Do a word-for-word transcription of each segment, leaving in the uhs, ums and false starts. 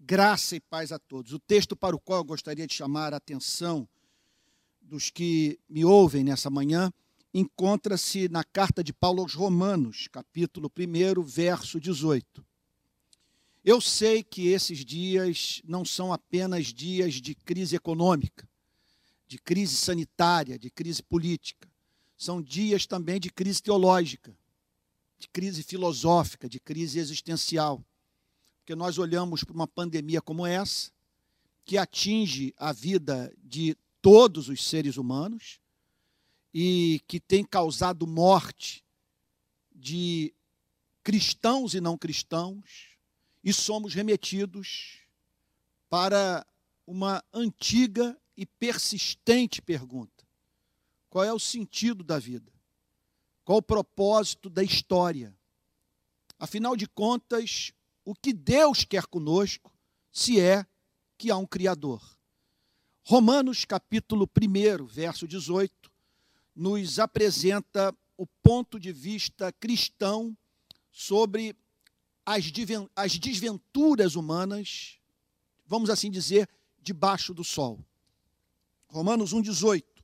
Graça e paz a todos. O texto para o qual eu gostaria de chamar a atenção dos que me ouvem nessa manhã encontra-se na carta de Paulo aos Romanos, capítulo um, verso dezoito. Eu sei que esses dias não são apenas dias de crise econômica, de crise sanitária, de crise política. São dias também de crise teológica, de crise filosófica, de crise existencial. Porque nós olhamos para uma pandemia como essa, que atinge a vida de todos os seres humanos e que tem causado morte de cristãos e não cristãos, e somos remetidos para uma antiga e persistente pergunta: qual é o sentido da vida? Qual o propósito da história? Afinal de contas, o que Deus quer conosco, se é que há um Criador? Romanos, capítulo um, verso dezoito, nos apresenta o ponto de vista cristão sobre as desventuras humanas, vamos assim dizer, debaixo do sol. Romanos um, dezoito.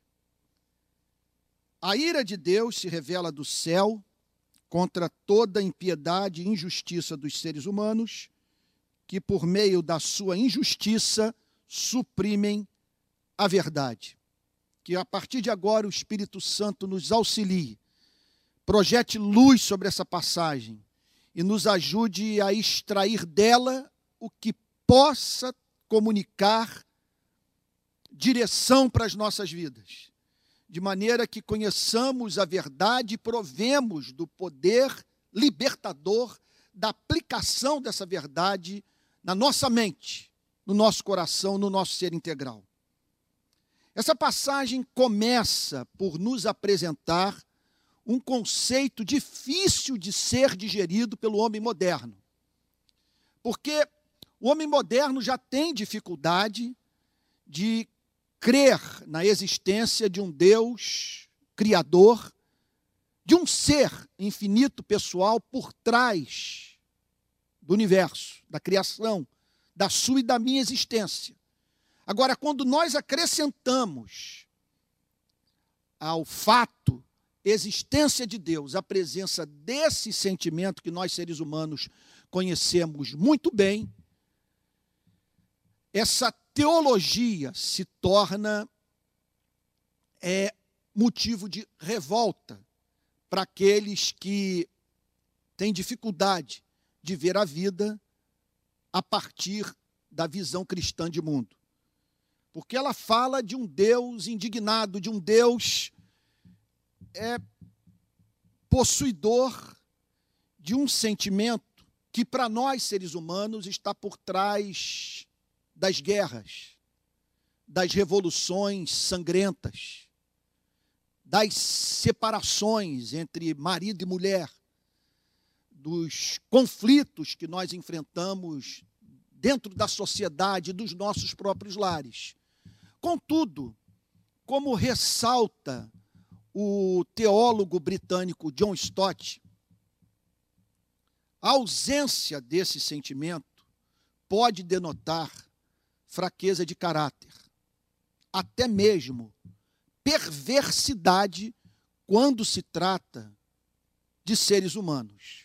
A ira de Deus se revela do céu contra toda a impiedade e injustiça dos seres humanos, que por meio da sua injustiça suprimem a verdade. Que a partir de agora o Espírito Santo nos auxilie, projete luz sobre essa passagem e nos ajude a extrair dela o que possa comunicar direção para as nossas vidas, de maneira que conheçamos a verdade e provemos do poder libertador da aplicação dessa verdade na nossa mente, no nosso coração, no nosso ser integral. Essa passagem começa por nos apresentar um conceito difícil de ser digerido pelo homem moderno. Porque o homem moderno já tem dificuldade de crer na existência de um Deus criador, de um ser infinito pessoal por trás do universo, da criação, da sua e da minha existência. Agora, quando nós acrescentamos ao fato, existência de Deus, a presença desse sentimento que nós seres humanos conhecemos muito bem, essa teologia se torna é, motivo de revolta para aqueles que têm dificuldade de ver a vida a partir da visão cristã de mundo. Porque ela fala de um Deus indignado, de um Deus é, possuidor de um sentimento que para nós seres humanos está por trás das guerras, das revoluções sangrentas, das separações entre marido e mulher, dos conflitos que nós enfrentamos dentro da sociedade e dos nossos próprios lares. Contudo, como ressalta o teólogo britânico John Stott, a ausência desse sentimento pode denotar fraqueza de caráter, até mesmo perversidade quando se trata de seres humanos.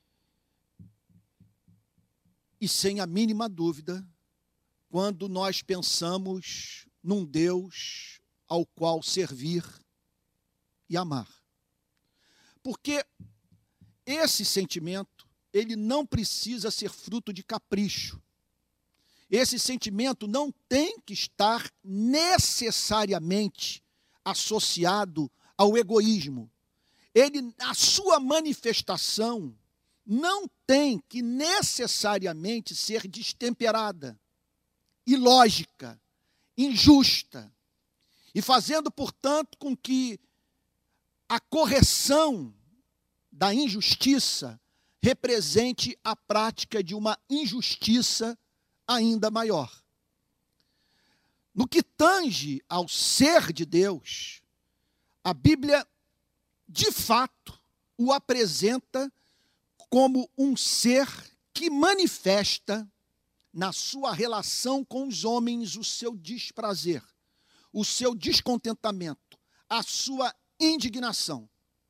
E sem a mínima dúvida, quando nós pensamos num Deus ao qual servir e amar. Porque esse sentimento, ele não precisa ser fruto de capricho. Esse sentimento não tem que estar necessariamente associado ao egoísmo. Ele, a sua manifestação não tem que necessariamente ser destemperada, ilógica, injusta, e fazendo, portanto, com que a correção da injustiça represente a prática de uma injustiça ainda maior. No que tange ao ser de Deus, a Bíblia, de fato, o apresenta como um ser que manifesta na sua relação com os homens o seu desprazer, o seu descontentamento, a sua indignação.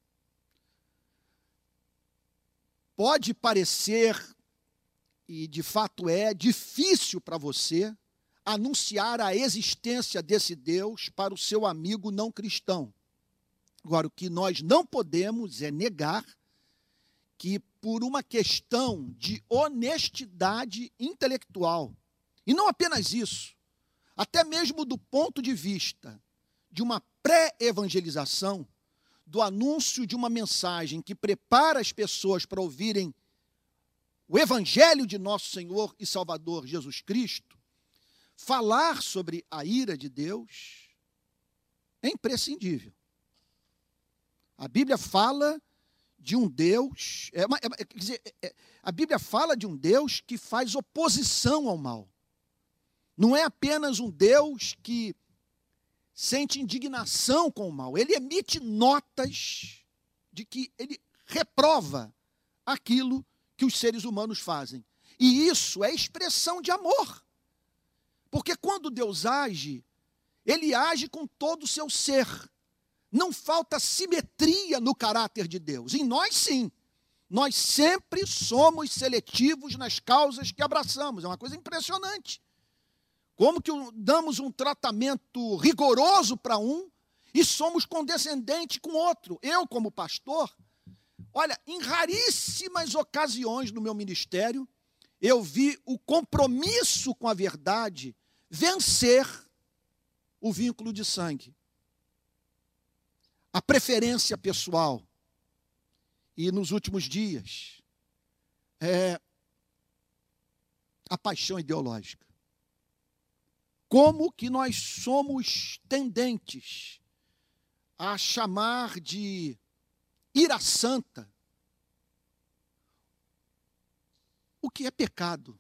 Pode parecer, e de fato é, difícil para você anunciar a existência desse Deus para o seu amigo não cristão. Agora, o que nós não podemos é negar que, por uma questão de honestidade intelectual, e não apenas isso, até mesmo do ponto de vista de uma pré-evangelização, do anúncio de uma mensagem que prepara as pessoas para ouvirem o Evangelho de nosso Senhor e Salvador Jesus Cristo, falar sobre a ira de Deus é imprescindível. A Bíblia fala de um Deus, é uma, é, quer dizer, é, a Bíblia fala de um Deus que faz oposição ao mal. Não é apenas um Deus que sente indignação com o mal, ele emite notas de que ele reprova aquilo que os seres humanos fazem. E isso é expressão de amor. Porque quando Deus age, ele age com todo o seu ser. Não falta simetria no caráter de Deus. Em nós, sim. Nós sempre somos seletivos nas causas que abraçamos. É uma coisa impressionante. Como que damos um tratamento rigoroso para um e somos condescendentes com outro. Eu, como pastor, olha, em raríssimas ocasiões no meu ministério, eu vi o compromisso com a verdade vencer o vínculo de sangue. A preferência pessoal. E nos últimos dias, é, a paixão ideológica. Como que nós somos tendentes a chamar de ira santa o que é pecado,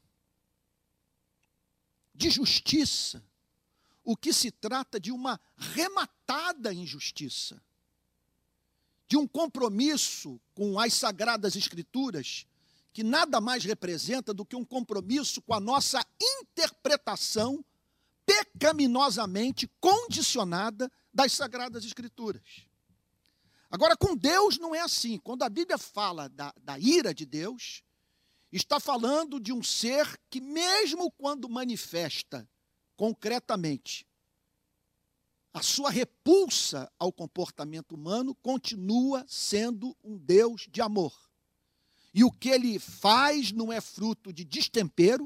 de justiça, o que se trata de uma rematada injustiça, de um compromisso com as Sagradas Escrituras, que nada mais representa do que um compromisso com a nossa interpretação pecaminosamente condicionada das Sagradas Escrituras. Agora, com Deus não é assim. Quando a Bíblia fala da, da ira de Deus, está falando de um ser que, mesmo quando manifesta concretamente a sua repulsa ao comportamento humano, continua sendo um Deus de amor. E o que ele faz não é fruto de destempero,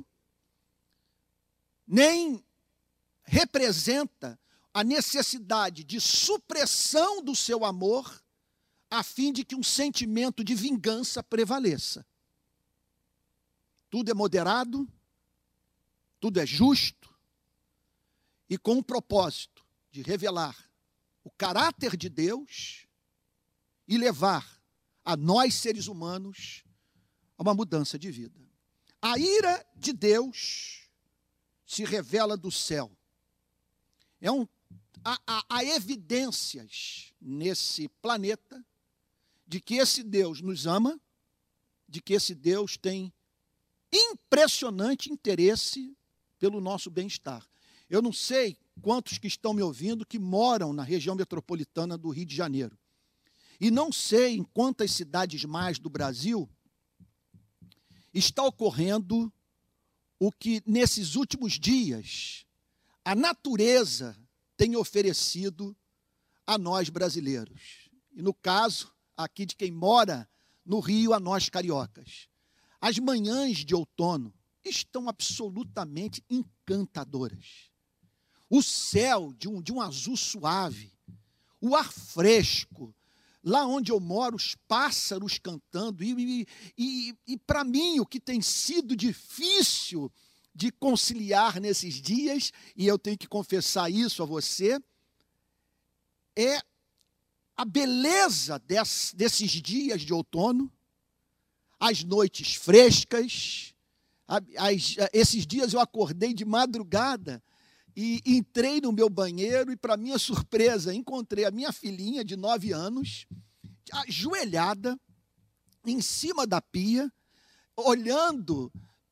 nem representa a necessidade de supressão do seu amor, a fim de que um sentimento de vingança prevaleça. Tudo é moderado, tudo é justo, e com o propósito de revelar o caráter de Deus e levar a nós, seres humanos, a uma mudança de vida. A ira de Deus se revela do céu. É um, há, há, há evidências nesse planeta de que esse Deus nos ama, de que esse Deus tem impressionante interesse pelo nosso bem-estar. Eu não sei quantos que estão me ouvindo que moram na região metropolitana do Rio de Janeiro. E não sei em quantas cidades mais do Brasil está ocorrendo o que nesses últimos dias a natureza tem oferecido a nós brasileiros. E no caso aqui de quem mora no Rio, a nós cariocas. As manhãs de outono estão absolutamente encantadoras. O céu de um, de um azul suave, o ar fresco, lá onde eu moro, os pássaros cantando, e, e, e, e para mim o que tem sido difícil de conciliar nesses dias, e eu tenho que confessar isso a você, é a beleza desse, desses dias de outono, as noites frescas. As, esses dias eu acordei de madrugada e entrei no meu banheiro e, para minha surpresa, encontrei a minha filhinha de nove anos, ajoelhada em cima da pia, olhando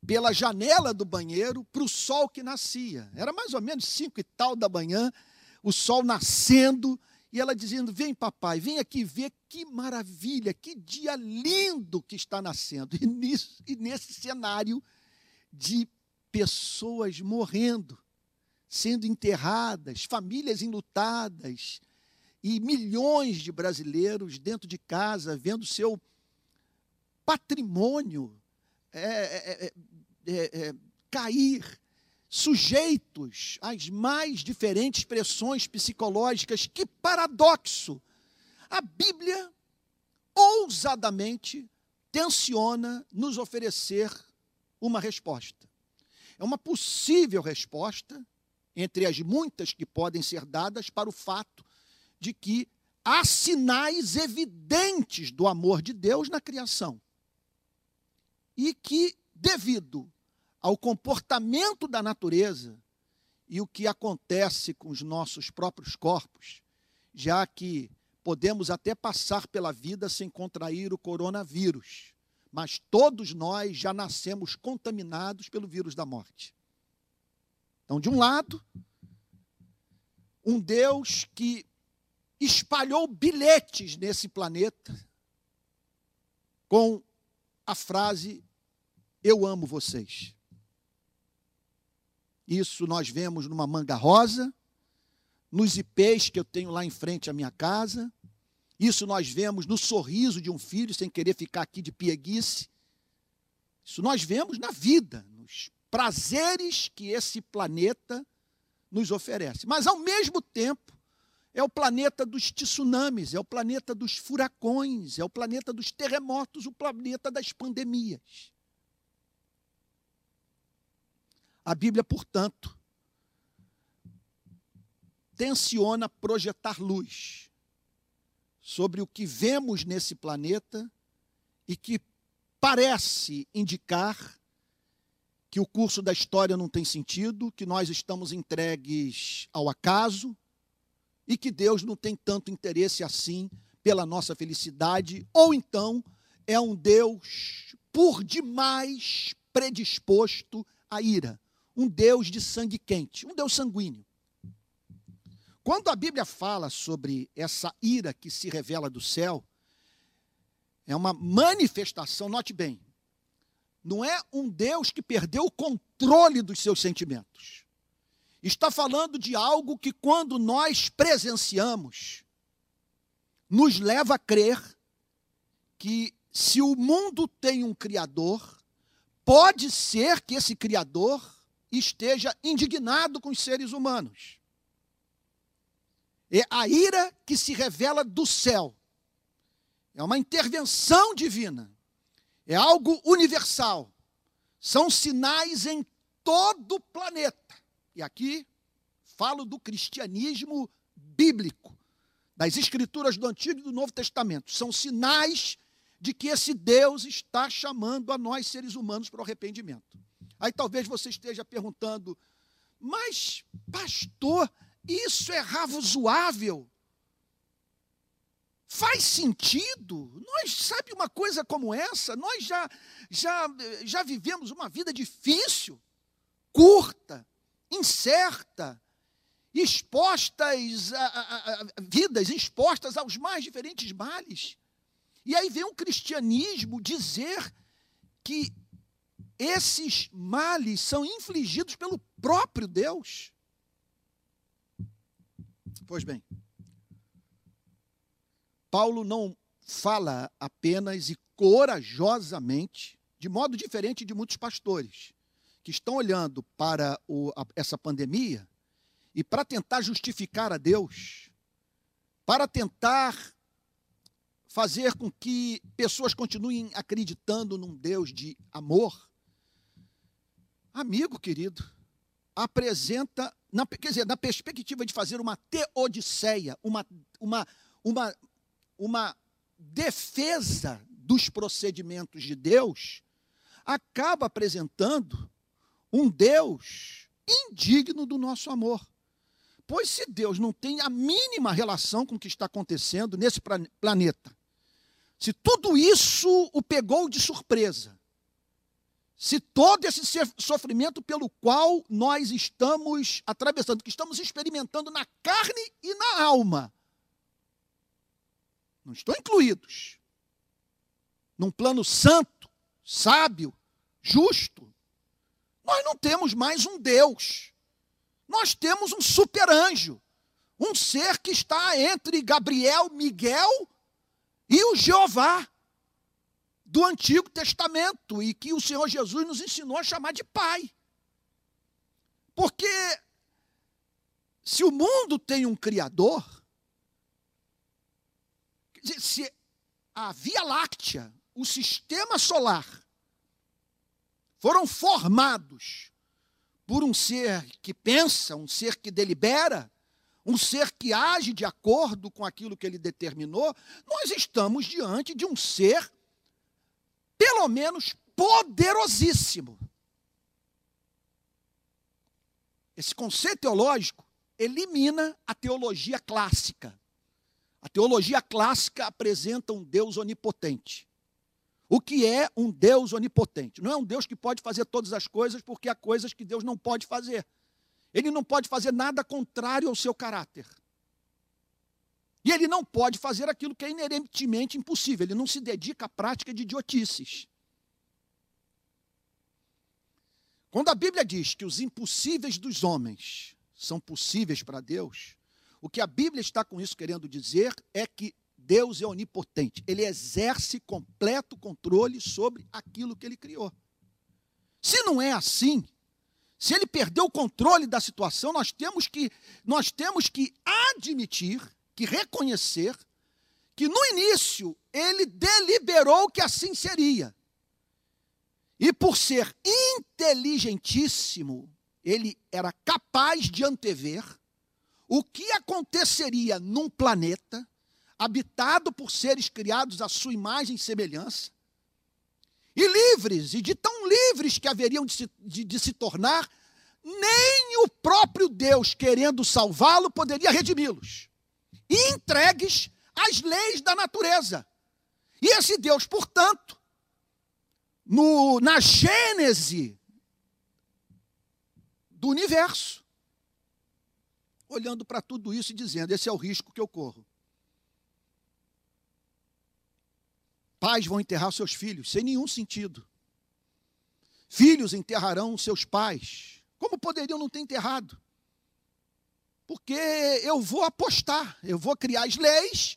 pela janela do banheiro para o sol que nascia. Era mais ou menos cinco e tal da manhã, o sol nascendo, e ela dizendo: vem papai, vem aqui ver que maravilha, que dia lindo que está nascendo. E, nisso, e nesse cenário de pessoas morrendo, sendo enterradas, famílias enlutadas, e milhões de brasileiros dentro de casa, vendo seu patrimônio é, é, é, é, cair, sujeitos às mais diferentes pressões psicológicas. Que paradoxo! A Bíblia, ousadamente, tenciona nos oferecer uma resposta. É uma possível resposta, entre as muitas que podem ser dadas, para o fato de que há sinais evidentes do amor de Deus na criação. E que, devido ao comportamento da natureza e o que acontece com os nossos próprios corpos, já que podemos até passar pela vida sem contrair o coronavírus, mas todos nós já nascemos contaminados pelo vírus da morte. Então, de um lado, um Deus que espalhou bilhetes nesse planeta com a frase: eu amo vocês. Isso nós vemos numa manga rosa, nos ipês que eu tenho lá em frente à minha casa. Isso nós vemos no sorriso de um filho, sem querer ficar aqui de pieguice. Isso nós vemos na vida, nos prazeres que esse planeta nos oferece. Mas, ao mesmo tempo, é o planeta dos tsunamis, é o planeta dos furacões, é o planeta dos terremotos, o planeta das pandemias. A Bíblia, portanto, tenciona projetar luz sobre o que vemos nesse planeta e que parece indicar que o curso da história não tem sentido, que nós estamos entregues ao acaso e que Deus não tem tanto interesse assim pela nossa felicidade, ou então é um Deus por demais predisposto à ira, um Deus de sangue quente, um Deus sanguíneo. Quando a Bíblia fala sobre essa ira que se revela do céu, é uma manifestação, note bem, não é um Deus que perdeu o controle dos seus sentimentos. Está falando de algo que, quando nós presenciamos, nos leva a crer que, se o mundo tem um Criador, pode ser que esse Criador esteja indignado com os seres humanos. É a ira que se revela do céu. É uma intervenção divina. É algo universal. São sinais em todo o planeta. E aqui falo do cristianismo bíblico, das escrituras do Antigo e do Novo Testamento. São sinais de que esse Deus está chamando a nós, seres humanos, para o arrependimento. Aí talvez você esteja perguntando: mas, pastor, isso é razoável? Faz sentido? Nós, sabe uma coisa como essa? Nós já, já, já vivemos uma vida difícil, curta, incerta, expostas a, a, a vidas expostas aos mais diferentes males. E aí vem o cristianismo dizer que esses males são infligidos pelo próprio Deus. Pois bem, Paulo não fala apenas e corajosamente, de modo diferente de muitos pastores, que estão olhando para o, a, essa pandemia e, para tentar justificar a Deus, para tentar fazer com que pessoas continuem acreditando num Deus de amor. Amigo querido, apresenta, na, quer dizer, na perspectiva de fazer uma teodiceia, uma, uma, uma, uma defesa dos procedimentos de Deus, acaba apresentando um Deus indigno do nosso amor. Pois, se Deus não tem a mínima relação com o que está acontecendo nesse planeta, se tudo isso o pegou de surpresa, se todo esse sofrimento pelo qual nós estamos atravessando, que estamos experimentando na carne e na alma, não estão incluídos num plano santo, sábio, justo, nós não temos mais um Deus. Nós temos um super-anjo, um ser que está entre Gabriel, Miguel e o Jeová do Antigo Testamento, e que o Senhor Jesus nos ensinou a chamar de Pai. Porque se o mundo tem um Criador, se a Via Láctea, o sistema solar, foram formados por um ser que pensa, um ser que delibera, um ser que age de acordo com aquilo que ele determinou, nós estamos diante de um ser, pelo menos, poderosíssimo. Esse conceito teológico elimina a teologia clássica. A teologia clássica apresenta um Deus onipotente. O que é um Deus onipotente? Não é um Deus que pode fazer todas as coisas, porque há coisas que Deus não pode fazer. Ele não pode fazer nada contrário ao seu caráter. E ele não pode fazer aquilo que é inerentemente impossível. Ele não se dedica à prática de idiotices. Quando a Bíblia diz que os impossíveis dos homens são possíveis para Deus, o que a Bíblia está com isso querendo dizer é que Deus é onipotente. Ele exerce completo controle sobre aquilo que ele criou. Se não é assim, se ele perdeu o controle da situação, nós temos que, nós temos que admitir, que reconhecer, que no início ele deliberou que assim seria. E por ser inteligentíssimo, ele era capaz de antever o que aconteceria num planeta habitado por seres criados à sua imagem e semelhança, e livres, e de tão livres que haveriam de se, de, de se tornar, nem o próprio Deus, querendo salvá-lo, poderia redimi-los, e entregues às leis da natureza. E esse Deus, portanto, no, na gênese do universo, olhando para tudo isso e dizendo, esse é o risco que eu corro. Pais vão enterrar seus filhos, sem nenhum sentido. Filhos enterrarão seus pais. Como poderiam não ter enterrado? Porque eu vou apostar, eu vou criar as leis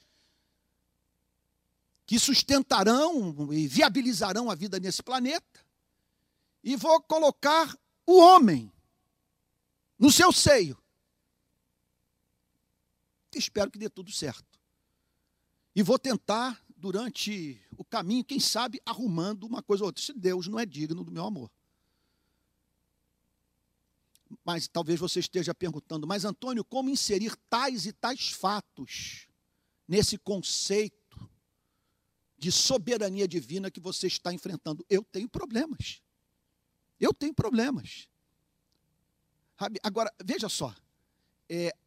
que sustentarão e viabilizarão a vida nesse planeta, e vou colocar o homem no seu seio. Espero que dê tudo certo. E vou tentar, durante o caminho, quem sabe, arrumando uma coisa ou outra. Se Deus não é digno do meu amor. Mas talvez você esteja perguntando, mas Antônio, como inserir tais e tais fatos nesse conceito de soberania divina que você está enfrentando? Eu tenho problemas. Eu tenho problemas. Agora, veja só. É,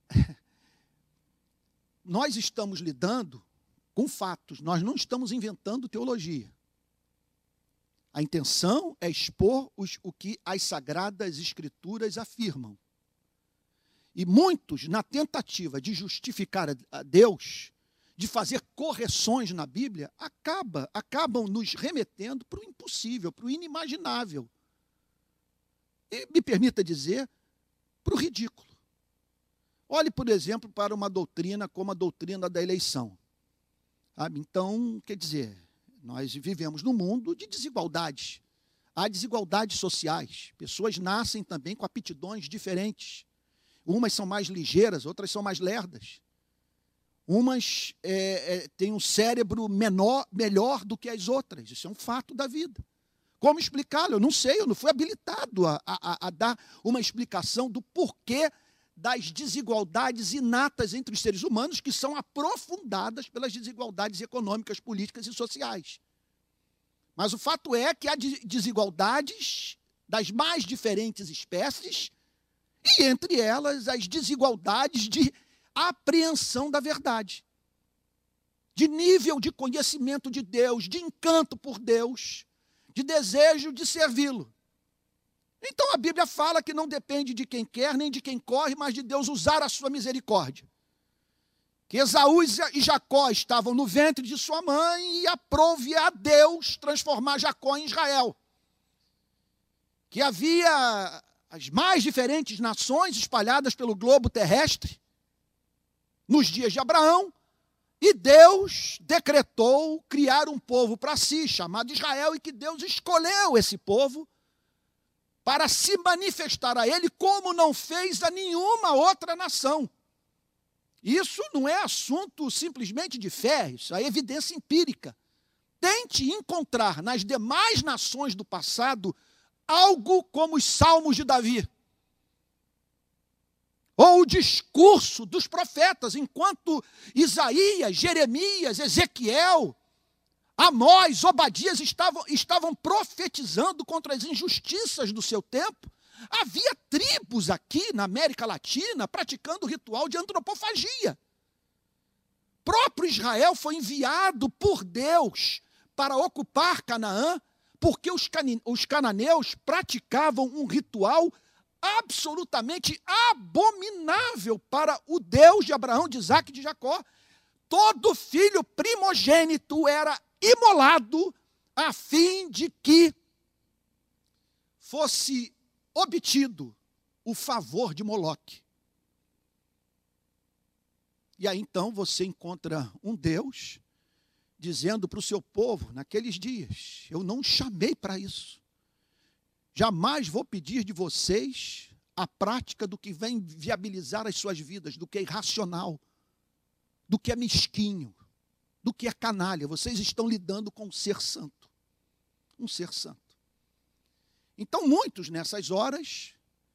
nós estamos lidando com fatos, nós não estamos inventando teologia. A intenção é expor os, o que as Sagradas Escrituras afirmam. E muitos, na tentativa de justificar a, a Deus, de fazer correções na Bíblia, acaba, acabam nos remetendo para o impossível, para o inimaginável. E, me permita dizer, para o ridículo. Olhe, por exemplo, para uma doutrina como a doutrina da eleição. Sabe? Então, quer dizer, nós vivemos num mundo de desigualdades. Há desigualdades sociais. Pessoas nascem também com aptidões diferentes. Umas são mais ligeiras, outras são mais lerdas. Umas é, é, têm um cérebro menor, melhor do que as outras. Isso é um fato da vida. Como explicá-lo? Eu não sei, eu não fui habilitado a, a, a dar uma explicação do porquê das desigualdades inatas entre os seres humanos, que são aprofundadas pelas desigualdades econômicas, políticas e sociais. Mas o fato é que há desigualdades das mais diferentes espécies, e entre elas as desigualdades de apreensão da verdade, de nível de conhecimento de Deus, de encanto por Deus, de desejo de servi-lo. Então a Bíblia fala que não depende de quem quer, nem de quem corre, mas de Deus usar a sua misericórdia. Que Esaú e Jacó estavam no ventre de sua mãe e aprove a Deus transformar Jacó em Israel. Que havia as mais diferentes nações espalhadas pelo globo terrestre nos dias de Abraão, e Deus decretou criar um povo para si, chamado Israel, e que Deus escolheu esse povo para se manifestar a ele como não fez a nenhuma outra nação. Isso não é assunto simplesmente de fé, isso é evidência empírica. Tente encontrar nas demais nações do passado algo como os Salmos de Davi, ou o discurso dos profetas, enquanto Isaías, Jeremias, Ezequiel, Amós, Obadias estavam, estavam profetizando contra as injustiças do seu tempo. Havia tribos aqui na América Latina praticando o ritual de antropofagia. Próprio Israel foi enviado por Deus para ocupar Canaã, porque os, can, os cananeus praticavam um ritual absolutamente abominável para o Deus de Abraão, de Isaque e de Jacó. Todo filho primogênito era imolado a fim de que fosse obtido o favor de Moloque. E aí então você encontra um Deus dizendo para o seu povo, naqueles dias, eu não chamei para isso. Jamais vou pedir de vocês a prática do que vem viabilizar as suas vidas, do que é irracional, do que é mesquinho, do que é canalha. Vocês estão lidando com um ser santo. Um ser santo. Então, muitos nessas horas,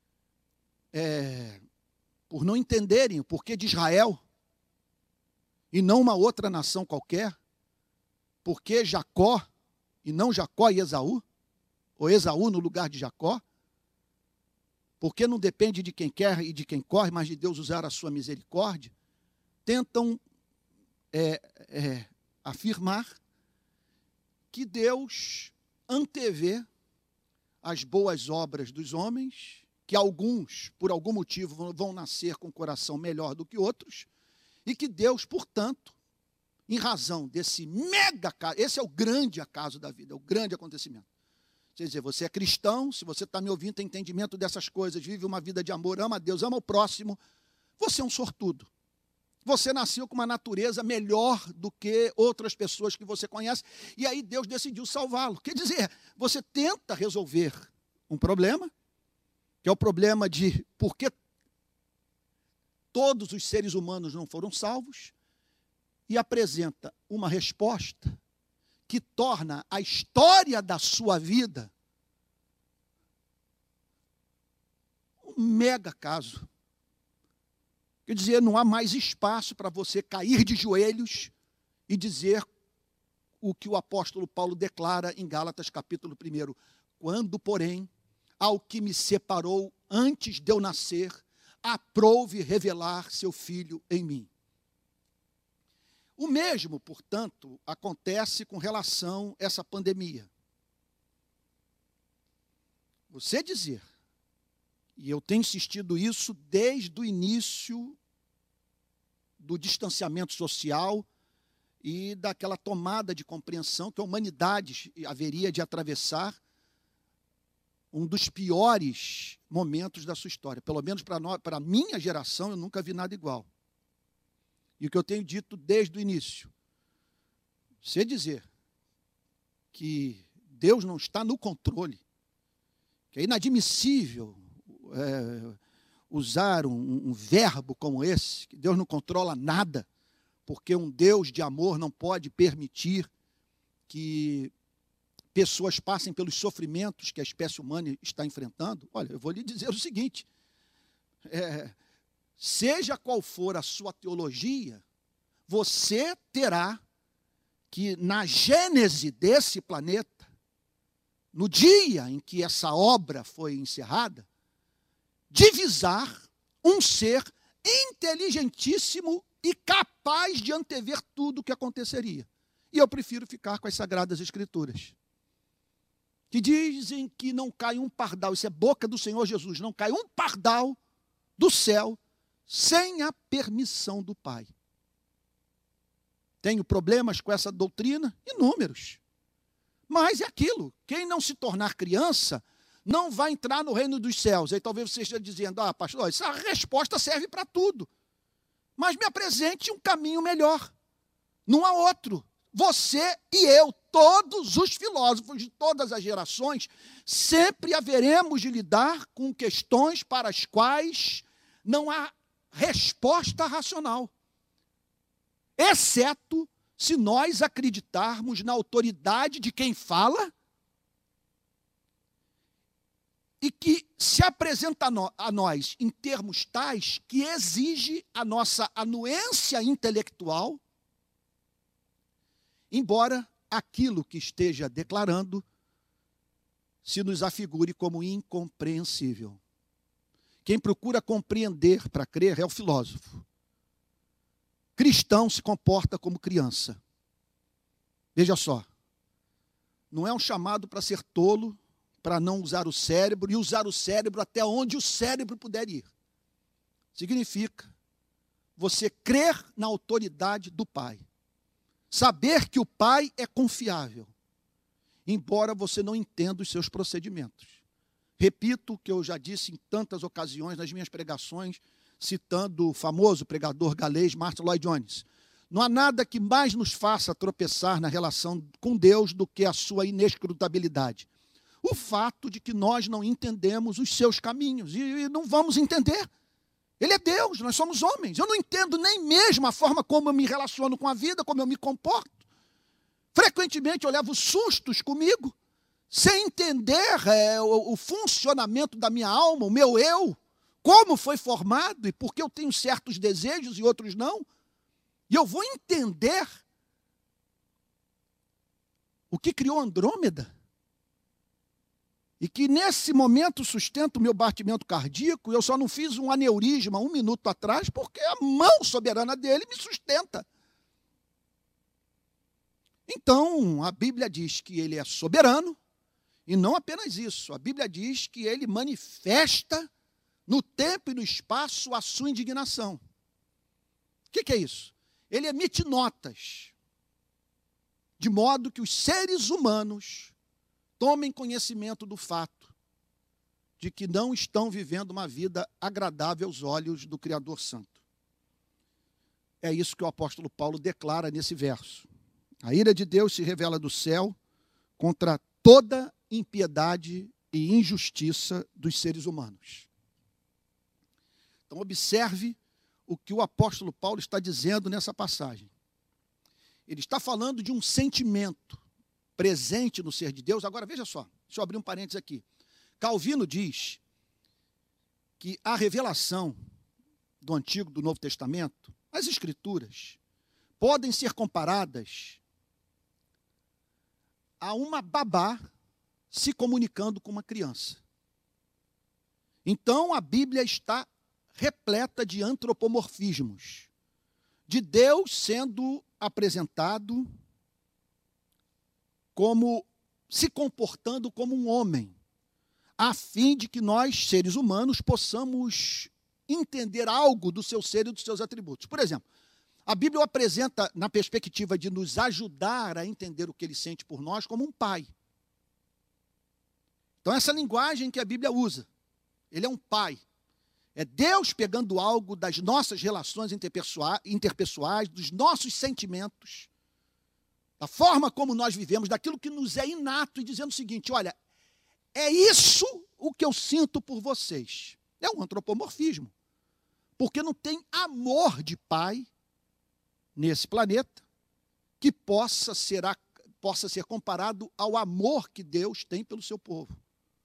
é, por não entenderem o porquê de Israel, e não uma outra nação qualquer, porque Jacó, e não Jacó e Esaú, ou Esaú no lugar de Jacó, porque não depende de quem quer e de quem corre, mas de Deus usar a sua misericórdia, tentam é, é, afirmar que Deus antevê as boas obras dos homens, que alguns, por algum motivo, vão nascer com o coração melhor do que outros, e que Deus, portanto, em razão desse mega caso, esse é o grande acaso da vida, é o grande acontecimento. Quer dizer, você é cristão, se você está me ouvindo, tem entendimento dessas coisas, vive uma vida de amor, ama a Deus, ama o próximo, você é um sortudo. Você nasceu com uma natureza melhor do que outras pessoas que você conhece, e aí Deus decidiu salvá-lo. Quer dizer, você tenta resolver um problema, que é o problema de por que todos os seres humanos não foram salvos, e apresenta uma resposta que torna a história da sua vida um mega caso. Quer dizer, não há mais espaço para você cair de joelhos e dizer o que o apóstolo Paulo declara em Gálatas capítulo um. Quando, porém, ao que me separou antes de eu nascer, aprouve revelar seu Filho em mim. O mesmo, portanto, acontece com relação a essa pandemia. Você dizer, e eu tenho insistido isso desde o início do distanciamento social e daquela tomada de compreensão que a humanidade haveria de atravessar um dos piores momentos da sua história. Pelo menos para nós, para a minha geração, eu nunca vi nada igual. E o que eu tenho dito desde o início, você dizer que Deus não está no controle, que é inadmissível é, usar um, um verbo como esse, que Deus não controla nada, porque um Deus de amor não pode permitir que pessoas passem pelos sofrimentos que a espécie humana está enfrentando. Olha, eu vou lhe dizer o seguinte, é, seja qual for a sua teologia, você terá que, na gênese desse planeta, no dia em que essa obra foi encerrada, divisar um ser inteligentíssimo e capaz de antever tudo o que aconteceria. E eu prefiro ficar com as Sagradas Escrituras. que dizem que não cai um pardal, isso é boca do Senhor Jesus, não cai um pardal do céu sem a permissão do Pai. Tenho problemas com essa doutrina? Inúmeros. Mas é aquilo, quem não se tornar criança não vai entrar no reino dos céus. Aí talvez você esteja dizendo, ah, pastor, essa resposta serve para tudo. Mas me apresente um caminho melhor. Não há outro. Você e eu, todos os filósofos de todas as gerações, sempre haveremos de lidar com questões para as quais não há resposta racional. Exceto se nós acreditarmos na autoridade de quem fala e que se apresenta a nós em termos tais que exige a nossa anuência intelectual, embora aquilo que esteja declarando se nos afigure como incompreensível. Quem procura compreender para crer é o filósofo. Cristão se comporta como criança. Veja só, não é um chamado para ser tolo, para não usar o cérebro, e usar o cérebro até onde o cérebro puder ir. Significa você crer na autoridade do Pai. Saber que o Pai é confiável, embora você não entenda os seus procedimentos. Repito o que eu já disse em tantas ocasiões nas minhas pregações, citando o famoso pregador galês Martin Lloyd Jones. Não há nada que mais nos faça tropeçar na relação com Deus do que a sua inescrutabilidade. O fato de que nós não entendemos os seus caminhos, e não vamos entender. Ele é Deus, nós somos homens. Eu não entendo nem mesmo a forma como eu me relaciono com a vida, como eu me comporto. Frequentemente eu levo sustos comigo, sem entender é, o, o funcionamento da minha alma, o meu eu, como foi formado e por que eu tenho certos desejos e outros não. E eu vou entender o que criou Andrômeda. E que nesse momento sustenta o meu batimento cardíaco, eu só não fiz um aneurisma um minuto atrás, porque a mão soberana dele me sustenta. Então, a Bíblia diz que ele é soberano, e não apenas isso, a Bíblia diz que ele manifesta no tempo e no espaço a sua indignação. O que, que é isso? Ele emite notas, de modo que os seres humanos tomem conhecimento do fato de que não estão vivendo uma vida agradável aos olhos do Criador Santo. É isso que o apóstolo Paulo declara nesse verso. A ira de Deus se revela do céu contra toda impiedade e injustiça dos seres humanos. Então, observe o que o apóstolo Paulo está dizendo nessa passagem. Ele está falando de um sentimento presente no ser de Deus. Agora, veja só, deixa eu abrir um parênteses aqui. Calvino diz que a revelação do Antigo e do Novo Testamento, as Escrituras, podem ser comparadas a uma babá se comunicando com uma criança. Então, a Bíblia está repleta de antropomorfismos, de Deus sendo apresentado como se comportando como um homem, a fim de que nós, seres humanos, possamos entender algo do seu ser e dos seus atributos. Por exemplo, a Bíblia o apresenta na perspectiva de nos ajudar a entender o que ele sente por nós como um pai. Então, essa linguagem que a Bíblia usa, ele é um pai. É Deus pegando algo das nossas relações interpessoais, dos nossos sentimentos, da forma como nós vivemos, daquilo que nos é inato, e dizendo o seguinte: olha, é isso o que eu sinto por vocês. É um antropomorfismo. Porque não tem amor de pai nesse planeta que possa ser, possa ser comparado ao amor que Deus tem pelo seu povo.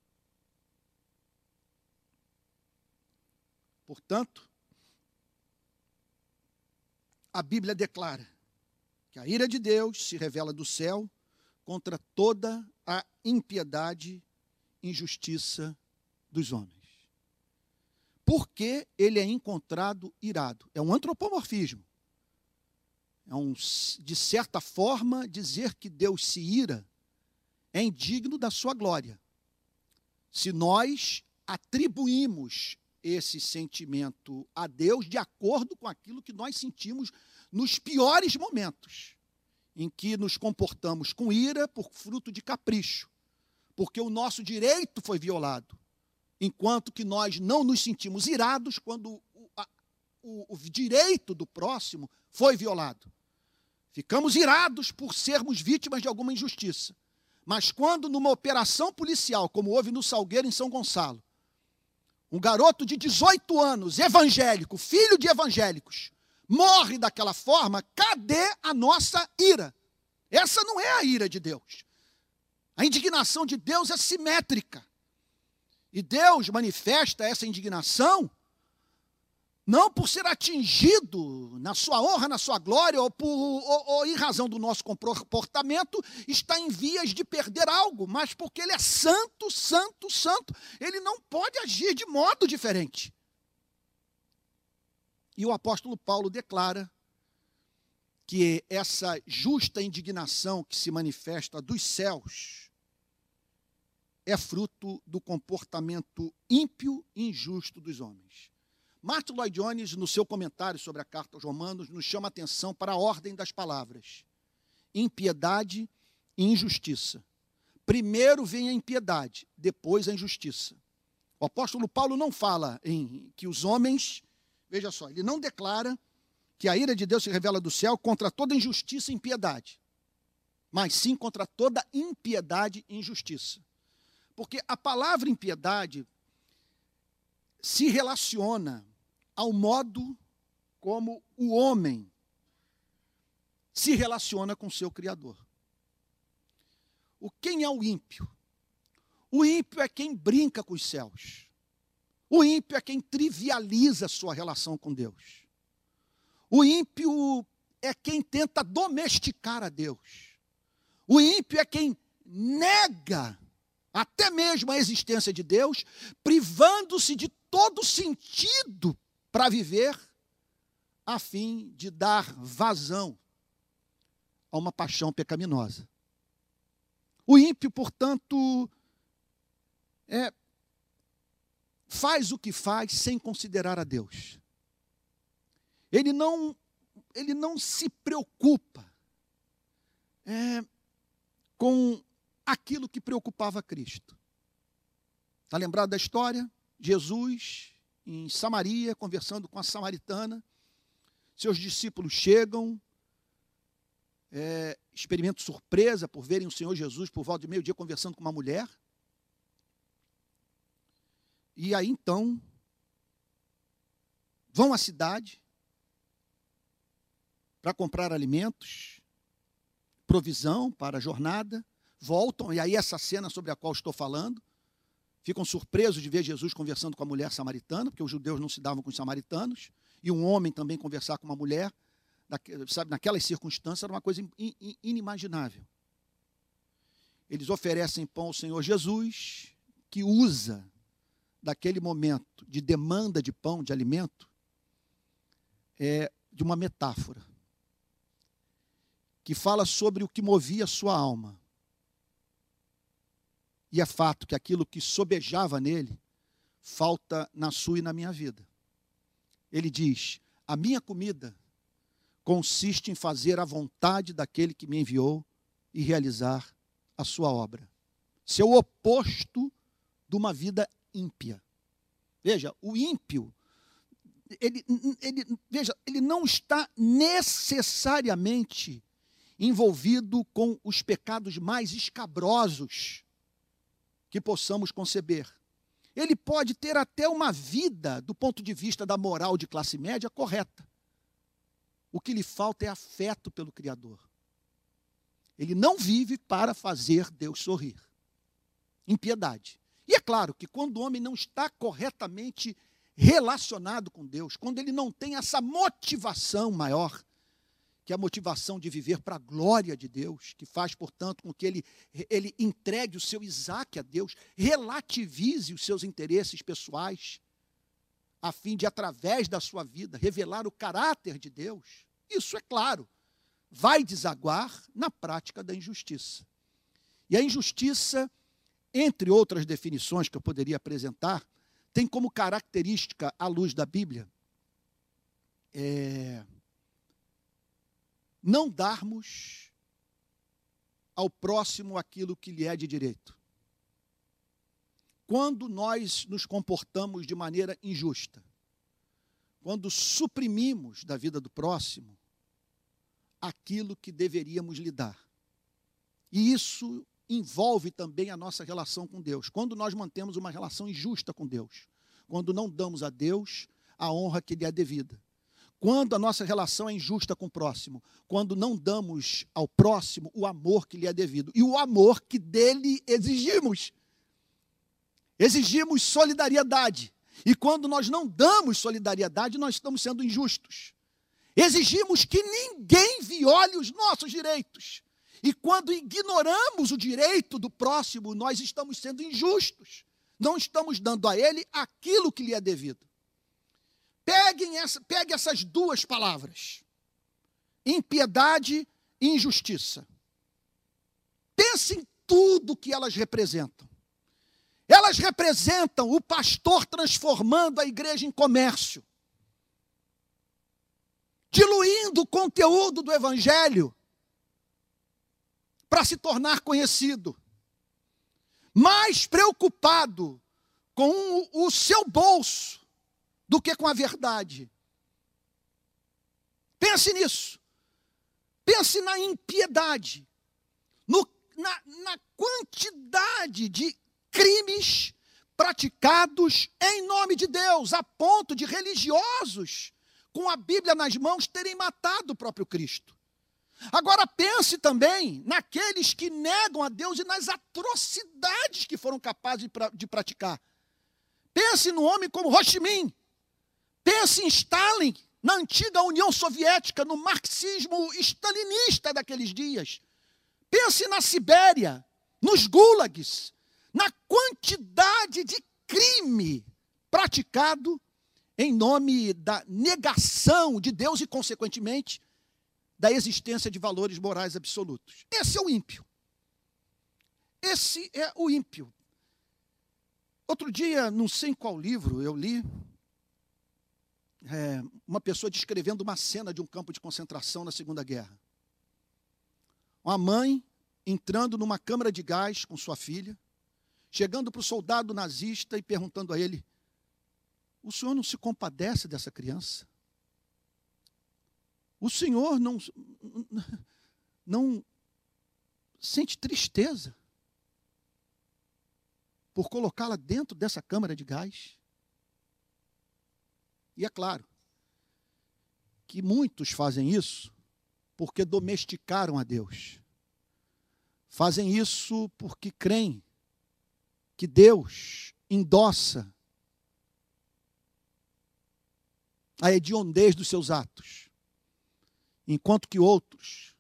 Portanto, a Bíblia declara que a ira de Deus se revela do céu contra toda a impiedade e injustiça dos homens. Porque ele é encontrado irado. É um antropomorfismo. É um, de certa forma, dizer que Deus se ira é indigno da sua glória. Se nós atribuímos esse sentimento a Deus de acordo com aquilo que nós sentimos nos piores momentos, em que nos comportamos com ira por fruto de capricho, porque o nosso direito foi violado, enquanto que nós não nos sentimos irados quando o, a, o, o direito do próximo foi violado. Ficamos irados por sermos vítimas de alguma injustiça. Mas quando numa operação policial, como houve no Salgueiro, em São Gonçalo, um garoto de dezoito anos, evangélico, filho de evangélicos, morre daquela forma, cadê a nossa ira? Essa não é a ira de Deus. A indignação de Deus é simétrica. E Deus manifesta essa indignação não por ser atingido na sua honra, na sua glória, ou, por, ou, ou em razão do nosso comportamento, está em vias de perder algo, mas porque Ele é santo, santo, santo. Ele não pode agir de modo diferente. E o apóstolo Paulo declara que essa justa indignação que se manifesta dos céus é fruto do comportamento ímpio e injusto dos homens. Martin Lloyd Jones, no seu comentário sobre a carta aos Romanos, nos chama a atenção para a ordem das palavras: impiedade e injustiça. Primeiro vem a impiedade, depois a injustiça. O apóstolo Paulo não fala em que os homens, veja só, ele não declara que a ira de Deus se revela do céu contra toda injustiça e impiedade, mas sim contra toda impiedade e injustiça. Porque a palavra impiedade se relaciona ao modo como o homem se relaciona com seu Criador. O quem é o ímpio? O ímpio é quem brinca com os céus. O ímpio é quem trivializa a sua relação com Deus. O ímpio é quem tenta domesticar a Deus. O ímpio é quem nega até mesmo a existência de Deus, privando-se de todo sentido para viver, a fim de dar vazão a uma paixão pecaminosa. O ímpio, portanto, é, faz o que faz sem considerar a Deus. Ele não, ele não se preocupa é, com aquilo que preocupava Cristo. Está lembrado da história? Jesus, em Samaria, conversando com a samaritana, seus discípulos chegam, é, experimentam surpresa por verem o Senhor Jesus por volta de meio-dia conversando com uma mulher. E aí, então, vão à cidade para comprar alimentos, provisão para a jornada, voltam, e aí essa cena sobre a qual estou falando, ficam surpresos de ver Jesus conversando com a mulher samaritana, porque os judeus não se davam com os samaritanos, e um homem também conversar com uma mulher, sabe, naquelas circunstâncias era uma coisa inimaginável. Eles oferecem pão ao Senhor Jesus, que usa daquele momento de demanda de pão, de alimento, é, de uma metáfora, que fala sobre o que movia a sua alma. E é fato que aquilo que sobejava nele, falta na sua e na minha vida. Ele diz: a minha comida consiste em fazer a vontade daquele que me enviou e realizar a sua obra. Isso é o oposto de uma vida ímpia. Veja, o ímpio, ele, ele, veja, ele não está necessariamente envolvido com os pecados mais escabrosos que possamos conceber. Ele pode ter até uma vida, do ponto de vista da moral de classe média, correta. O que lhe falta é afeto pelo Criador. Ele não vive para fazer Deus sorrir. Impiedade. E é claro que quando o homem não está corretamente relacionado com Deus, quando ele não tem essa motivação maior, que é a motivação de viver para a glória de Deus, que faz, portanto, com que ele, ele entregue o seu Isaac a Deus, relativize os seus interesses pessoais, a fim de, através da sua vida, revelar o caráter de Deus. Isso, é claro, vai desaguar na prática da injustiça. E a injustiça, entre outras definições que eu poderia apresentar, tem como característica, à luz da Bíblia, é, não darmos ao próximo aquilo que lhe é de direito. Quando nós nos comportamos de maneira injusta, quando suprimimos da vida do próximo aquilo que deveríamos lhe dar. E isso envolve também a nossa relação com Deus. Quando nós mantemos uma relação injusta com Deus, quando não damos a Deus a honra que lhe é devida, quando a nossa relação é injusta com o próximo, quando não damos ao próximo o amor que lhe é devido, e o amor que dele exigimos. Exigimos solidariedade, e quando nós não damos solidariedade, nós estamos sendo injustos. Exigimos que ninguém viole os nossos direitos. E quando ignoramos o direito do próximo, nós estamos sendo injustos. Não estamos dando a ele aquilo que lhe é devido. Peguem essa, pegue essas duas palavras. Impiedade e injustiça. Pense em tudo que elas representam. Elas representam o pastor transformando a igreja em comércio. Diluindo o conteúdo do evangelho para se tornar conhecido, mais preocupado com o, o seu bolso do que com a verdade. Pense nisso. Pense na impiedade, no, na, na quantidade de crimes praticados em nome de Deus, a ponto de religiosos, com a Bíblia nas mãos, terem matado o próprio Cristo. Agora pense também naqueles que negam a Deus e nas atrocidades que foram capazes de, pra, de praticar. Pense no homem como Ho Chi Minh. Pense em Stalin, na antiga União Soviética, no marxismo stalinista daqueles dias. Pense na Sibéria, nos gulags, na quantidade de crime praticado em nome da negação de Deus e, consequentemente, da existência de valores morais absolutos. Esse é o ímpio. Esse é o ímpio. Outro dia, não sei em qual livro eu li, é, uma pessoa descrevendo uma cena de um campo de concentração na Segunda Guerra. Uma mãe entrando numa câmara de gás com sua filha, chegando para o soldado nazista e perguntando a ele: o senhor não se compadece dessa criança? O senhor não, não sente tristeza por colocá-la dentro dessa câmara de gás? E é claro que muitos fazem isso porque domesticaram a Deus. Fazem isso porque creem que Deus endossa a hediondez dos seus atos, enquanto que outros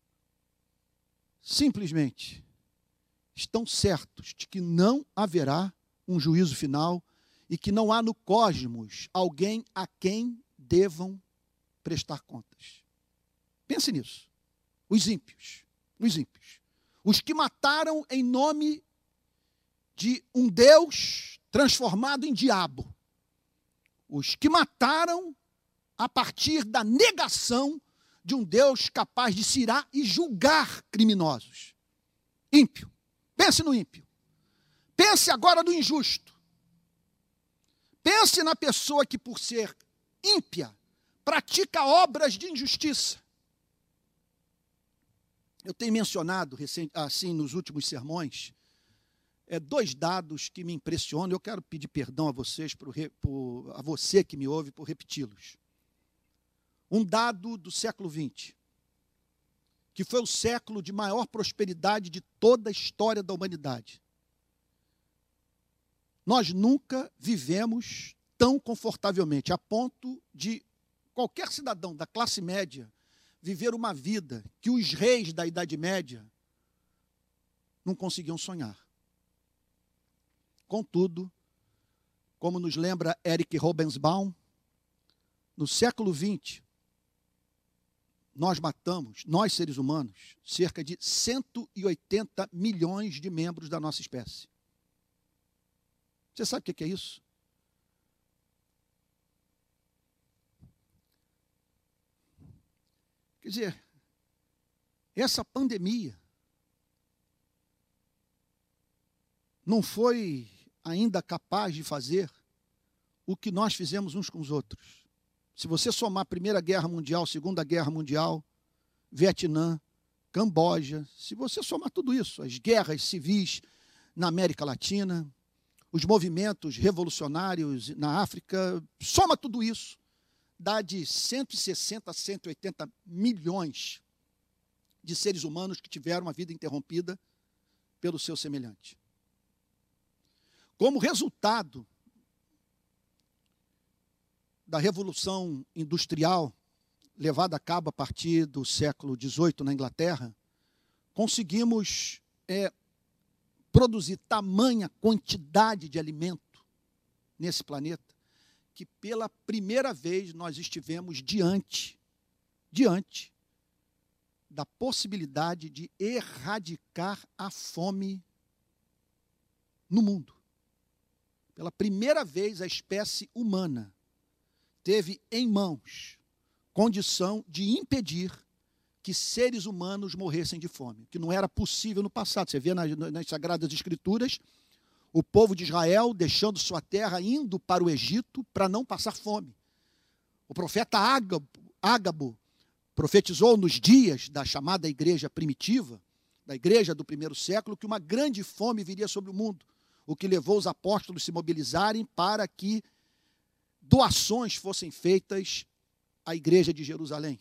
simplesmente estão certos de que não haverá um juízo final e que não há no cosmos alguém a quem devam prestar contas. Pense nisso. Os ímpios, os ímpios, os que mataram em nome de um Deus transformado em diabo, os que mataram a partir da negação de um Deus capaz de se irar e julgar criminosos. Ímpio. Pense no ímpio. Pense agora no injusto. Pense na pessoa que, por ser ímpia, pratica obras de injustiça. Eu tenho mencionado, assim, nos últimos sermões, é, dois dados que me impressionam. Eu quero pedir perdão a vocês, por, por, a você que me ouve, por repeti-los. Um dado do século vinte, que foi o século de maior prosperidade de toda a história da humanidade. Nós nunca vivemos tão confortavelmente, a ponto de qualquer cidadão da classe média viver uma vida que os reis da Idade Média não conseguiam sonhar. Contudo, como nos lembra Eric Robensbaum, no século vinte, nós matamos, nós seres humanos, cerca de cento e oitenta milhões de membros da nossa espécie. Você sabe o que é isso? Quer dizer, essa pandemia não foi ainda capaz de fazer o que nós fizemos uns com os outros. Se você somar a Primeira Guerra Mundial, Segunda Guerra Mundial, Vietnã, Camboja, se você somar tudo isso, as guerras civis na América Latina, os movimentos revolucionários na África, soma tudo isso, dá de cento e sessenta a cento e oitenta milhões de seres humanos que tiveram a vida interrompida pelo seu semelhante. Como resultado da Revolução Industrial, levada a cabo a partir do século dezoito na Inglaterra, conseguimos é, produzir tamanha quantidade de alimento nesse planeta, que pela primeira vez nós estivemos diante, diante da possibilidade de erradicar a fome no mundo. Pela primeira vez, a espécie humana teve em mãos condição de impedir que seres humanos morressem de fome, que não era possível no passado. Você vê nas, nas Sagradas Escrituras, o povo de Israel deixando sua terra, indo para o Egito para não passar fome. O profeta Ágabo, Ágabo profetizou nos dias da chamada igreja primitiva, da igreja do primeiro século, que uma grande fome viria sobre o mundo, o que levou os apóstolos a se mobilizarem para que doações fossem feitas à igreja de Jerusalém.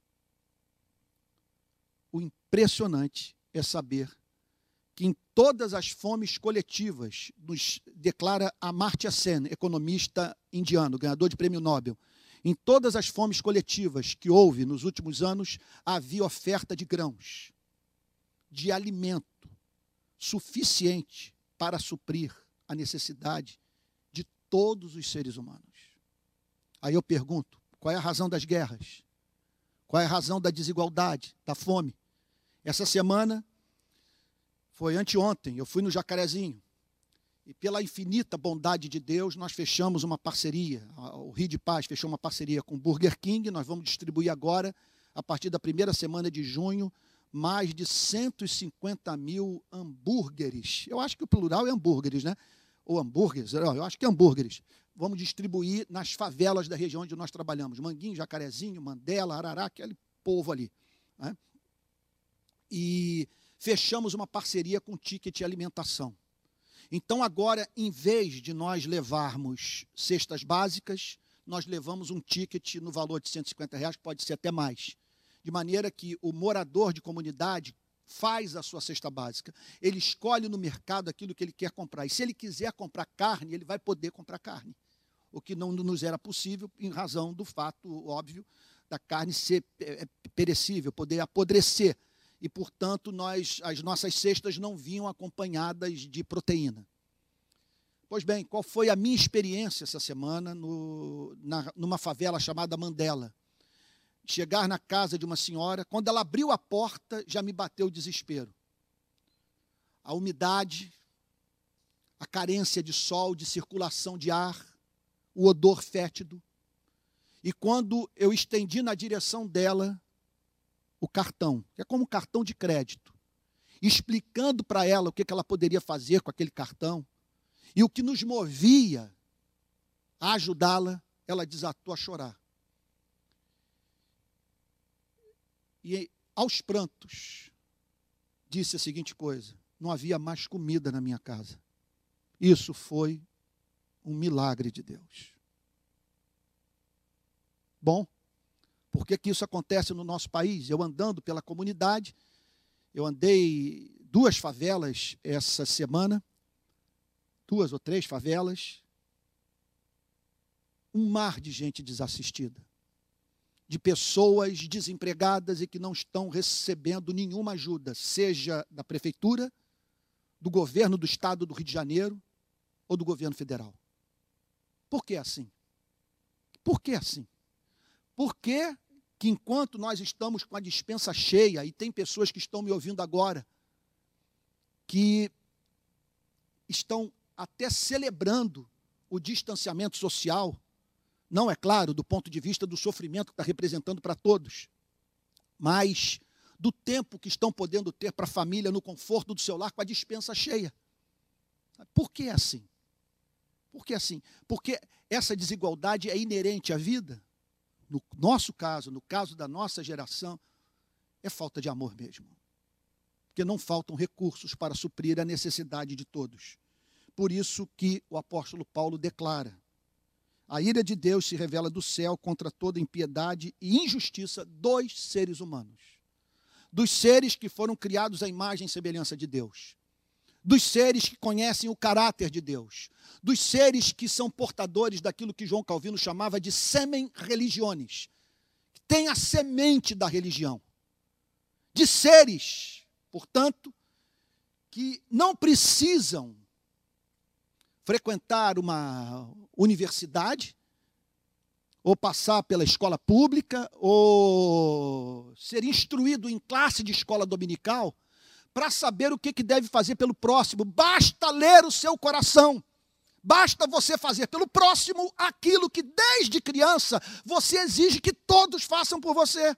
O impressionante é saber que em todas as fomes coletivas, nos declara Amartya Sen, economista indiano, ganhador de prêmio Nobel, em todas as fomes coletivas que houve nos últimos anos, havia oferta de grãos, de alimento suficiente para suprir a necessidade de todos os seres humanos. Aí eu pergunto, qual é a razão das guerras? Qual é a razão da desigualdade, da fome? Essa semana, foi anteontem, eu fui no Jacarezinho, e pela infinita bondade de Deus, nós fechamos uma parceria, o Rio de Paz fechou uma parceria com o Burger King, nós vamos distribuir agora, a partir da primeira semana de junho, mais de cento e cinquenta mil hambúrgueres. Eu acho que o plural é hambúrgueres, né? Ou hambúrgueres, eu acho que é hambúrgueres. Vamos distribuir nas favelas da região onde nós trabalhamos. Manguinho, Jacarezinho, Mandela, Arará, aquele povo ali. Né? E fechamos uma parceria com o Ticket Alimentação. Então, agora, em vez de nós levarmos cestas básicas, nós levamos um ticket no valor de cento e cinquenta reais, pode ser até mais. De maneira que o morador de comunidade faz a sua cesta básica. Ele escolhe no mercado aquilo que ele quer comprar. E se ele quiser comprar carne, ele vai poder comprar carne. O que não nos era possível em razão do fato, óbvio, da carne ser perecível, poder apodrecer. E, portanto, nós, as nossas cestas não vinham acompanhadas de proteína. Pois bem, qual foi a minha experiência essa semana no, na, numa favela chamada Mandela? Chegar na casa de uma senhora, quando ela abriu a porta, já me bateu o desespero. A umidade, a carência de sol, de circulação de ar, o odor fétido. E quando eu estendi na direção dela o cartão, que é como um cartão de crédito, explicando para ela o que ela poderia fazer com aquele cartão, e o que nos movia a ajudá-la, ela desatou a chorar. E aos prantos, disse a seguinte coisa: não havia mais comida na minha casa. Isso foi um milagre de Deus. Bom, por que que isso acontece no nosso país? Eu andando pela comunidade, eu andei duas favelas essa semana, duas ou três favelas, um mar de gente desassistida, de pessoas desempregadas e que não estão recebendo nenhuma ajuda, seja da prefeitura, do governo do estado do Rio de Janeiro ou do governo federal. Por que assim? Por que assim? Por que que enquanto nós estamos com a despensa cheia, e tem pessoas que estão me ouvindo agora, que estão até celebrando o distanciamento social, não é claro do ponto de vista do sofrimento que está representando para todos, mas do tempo que estão podendo ter para a família no conforto do seu lar com a despensa cheia. Por que assim? Por que assim? Porque essa desigualdade é inerente à vida. No nosso caso, no caso da nossa geração, é falta de amor mesmo. Porque não faltam recursos para suprir a necessidade de todos. Por isso que o apóstolo Paulo declara: a ira de Deus se revela do céu contra toda impiedade e injustiça dos seres humanos. Dos seres que foram criados à imagem e semelhança de Deus. Dos seres que conhecem o caráter de Deus. Dos seres que são portadores daquilo que João Calvino chamava de semen religiones. Que tem a semente da religião. De seres, portanto, que não precisam frequentar uma universidade, ou passar pela escola pública, ou ser instruído em classe de escola dominical, para saber o que deve fazer pelo próximo. Basta ler o seu coração. Basta você fazer pelo próximo aquilo que desde criança você exige que todos façam por você.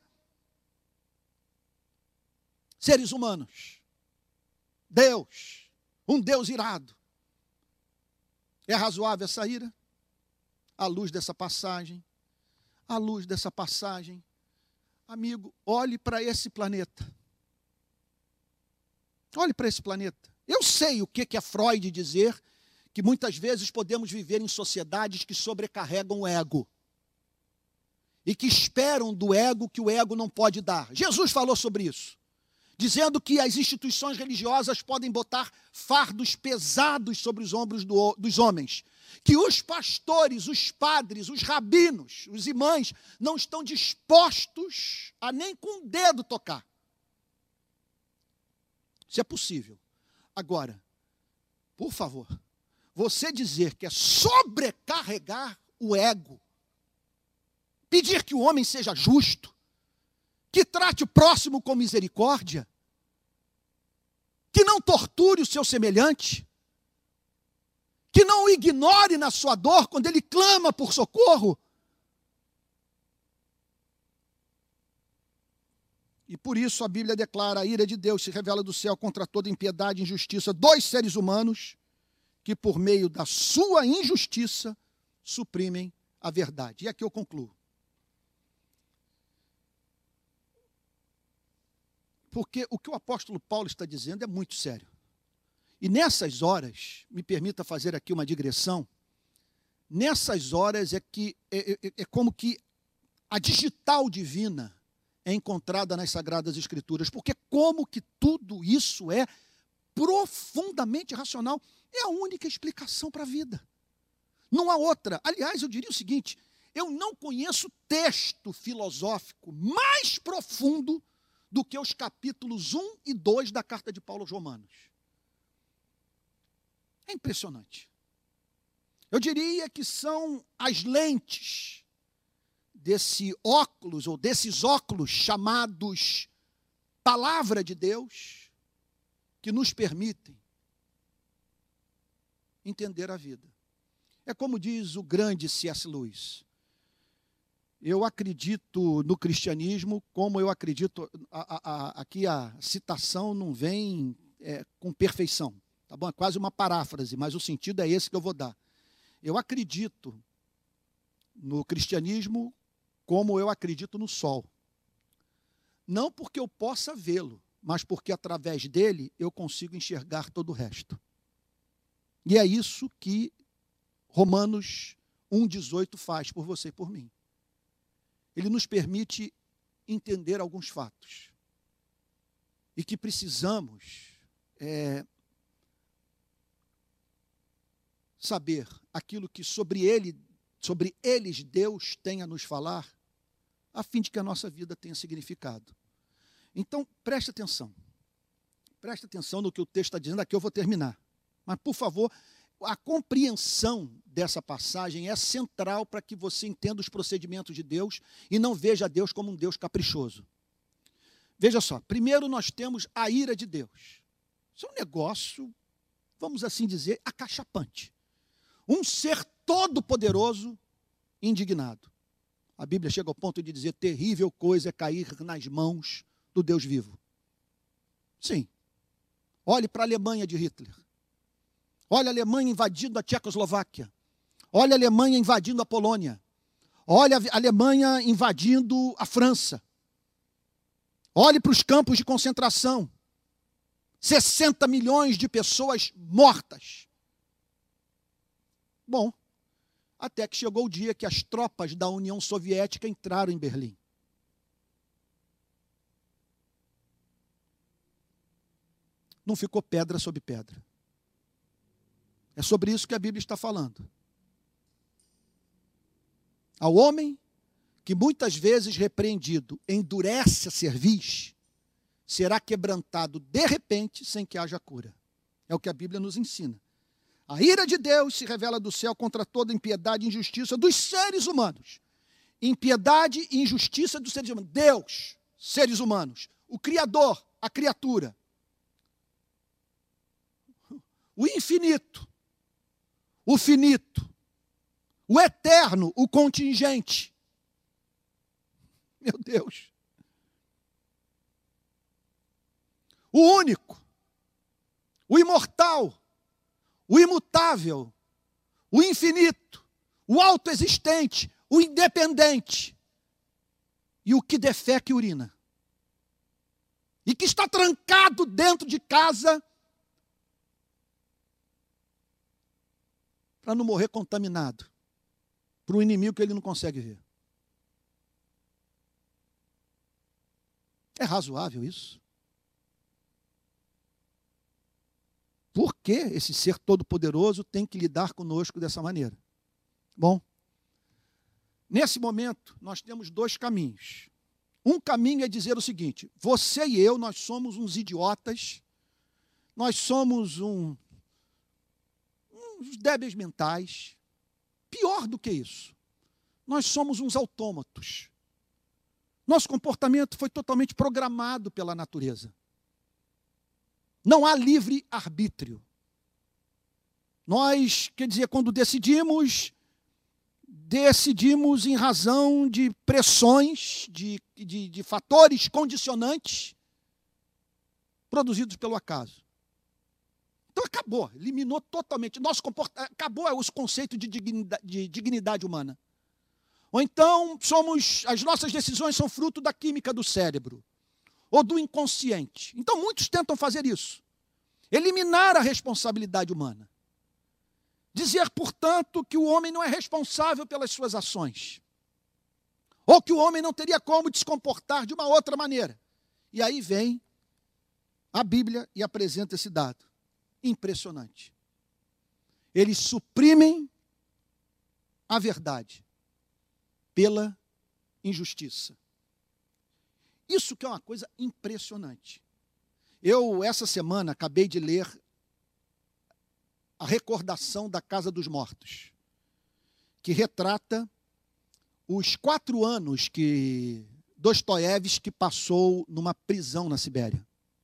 Seres humanos. Deus. Um Deus irado. É razoável essa ira? À luz dessa passagem. À luz dessa passagem. Amigo, olhe para esse planeta. Olhe para esse planeta. Eu sei o que é Freud dizer, que muitas vezes podemos viver em sociedades que sobrecarregam o ego. E que esperam do ego que o ego não pode dar. Jesus falou sobre isso. Dizendo que as instituições religiosas podem botar fardos pesados sobre os ombros do, dos homens. Que os pastores, os padres, os rabinos, os imãs, não estão dispostos a nem com o dedo tocar. Isso é possível. Agora, por favor, você dizer que é sobrecarregar o ego, pedir que o homem seja justo, que trate o próximo com misericórdia, que não torture o seu semelhante, que não o ignore na sua dor quando ele clama por socorro. E por isso a Bíblia declara: a ira de Deus se revela do céu contra toda impiedade e injustiça dos seres humanos, que por meio da sua injustiça suprimem a verdade. E aqui eu concluo. Porque o que o apóstolo Paulo está dizendo é muito sério. E nessas horas, me permita fazer aqui uma digressão, nessas horas é que é, é, é como que a digital divina é encontrada nas Sagradas Escrituras, porque como que tudo isso é profundamente racional, é a única explicação para a vida. Não há outra. Aliás, eu diria o seguinte: eu não conheço texto filosófico mais profundo do que os capítulos um e dois da carta de Paulo aos Romanos. É impressionante. Eu diria que são as lentes desse óculos, ou desses óculos chamados Palavra de Deus, que nos permitem entender a vida. É como diz o grande C S Lewis: eu acredito no cristianismo como eu acredito... A, a, a, aqui a citação não vem é, com perfeição, tá bom? É quase uma paráfrase, mas o sentido é esse que eu vou dar. Eu acredito no cristianismo como eu acredito no sol. Não porque eu possa vê-lo, mas porque através dele eu consigo enxergar todo o resto. E é isso que Romanos um, dezoito faz por você e por mim. Ele nos permite entender alguns fatos. E que precisamos é, saber aquilo que sobre ele, sobre eles Deus tem a nos falar, a fim de que a nossa vida tenha significado. Então, preste atenção. Preste atenção no que o texto está dizendo. Aqui eu vou terminar. Mas, por favor, a compreensão dessa passagem é central para que você entenda os procedimentos de Deus e não veja Deus como um Deus caprichoso. Veja só, primeiro nós temos a ira de Deus. Isso é um negócio, vamos assim dizer, acachapante. Um ser todo-poderoso indignado. A Bíblia chega ao ponto de dizer, terrível coisa é cair nas mãos do Deus vivo. Sim. Olhe para a Alemanha de Hitler. Olha a Alemanha invadindo a Tchecoslováquia. Olha a Alemanha invadindo a Polônia. Olha a Alemanha invadindo a França. Olhe para os campos de concentração. sessenta milhões de pessoas mortas. Bom, até que chegou o dia que as tropas da União Soviética entraram em Berlim. Não ficou pedra sobre pedra. É sobre isso que a Bíblia está falando. Ao homem que muitas vezes repreendido endurece a cerviz, será quebrantado de repente sem que haja cura. É o que a Bíblia nos ensina. A ira de Deus se revela do céu contra toda impiedade e injustiça dos seres humanos. Impiedade e injustiça dos seres humanos. Deus, seres humanos, o Criador, a criatura. O infinito, o finito, o eterno, o contingente. Meu Deus. O único, o imortal, o imutável, o infinito, o autoexistente, o independente e o que defeca e urina. E que está trancado dentro de casa para não morrer contaminado por um inimigo que ele não consegue ver. É razoável isso? Por que esse ser todo-poderoso tem que lidar conosco dessa maneira? Bom, nesse momento, nós temos dois caminhos. Um caminho é dizer o seguinte, você e eu, nós somos uns idiotas, nós somos um, uns débeis mentais. Pior do que isso, nós somos uns autômatos. Nosso comportamento foi totalmente programado pela natureza. Não há livre arbítrio. Nós, quer dizer, quando decidimos, decidimos em razão de pressões, de, de, de fatores condicionantes produzidos pelo acaso. Então acabou, eliminou totalmente. Nosso comportamento, acabou os conceitos de dignidade, de dignidade humana. Ou então somos, as nossas decisões são fruto da química do cérebro ou do inconsciente. Então muitos tentam fazer isso. Eliminar a responsabilidade humana. Dizer, portanto, que o homem não é responsável pelas suas ações. Ou que o homem não teria como se comportar de uma outra maneira. E aí vem a Bíblia e apresenta esse dado. Impressionante. Eles suprimem a verdade pela injustiça. Isso que é uma coisa impressionante. Eu, essa semana, acabei de ler a recordação da Casa dos Mortos, que retrata os quatro anos que Dostoiévski passou numa prisão na Sibéria.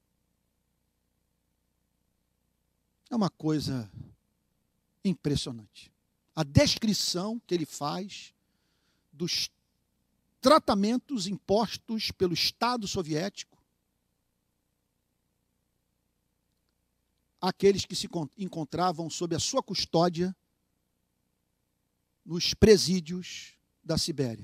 É uma coisa impressionante. A descrição que ele faz dos tratamentos impostos pelo Estado soviético àqueles que se encontravam sob a sua custódia nos presídios da Sibéria.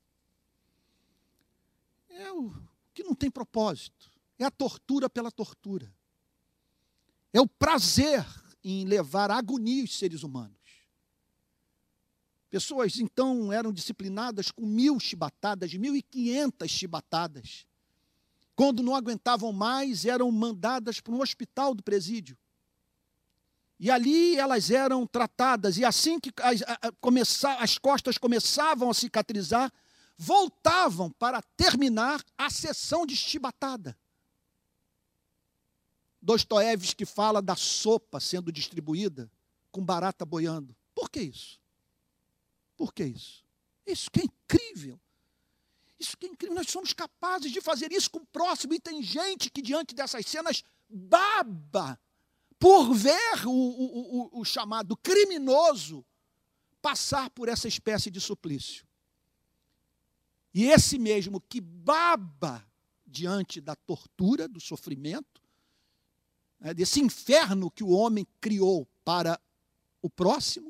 É o que não tem propósito. É a tortura pela tortura. É o prazer em levar à agonia os seres humanos. Pessoas, então, eram disciplinadas com mil chibatadas, mil e quinhentas chibatadas. Quando não aguentavam mais, eram mandadas para um hospital do presídio. E ali elas eram tratadas, e assim que as, a, começar, as costas começavam a cicatrizar, voltavam para terminar a sessão de chibatada. Dostoiévski fala da sopa sendo distribuída com barata boiando. Por que isso? Por que isso? Isso que é incrível. Isso que é incrível. Nós somos capazes de fazer isso com o próximo. E tem gente que, diante dessas cenas, baba por ver o, o, o, o chamado criminoso passar por essa espécie de suplício. E esse mesmo que baba diante da tortura, do sofrimento, né, desse inferno que o homem criou para o próximo,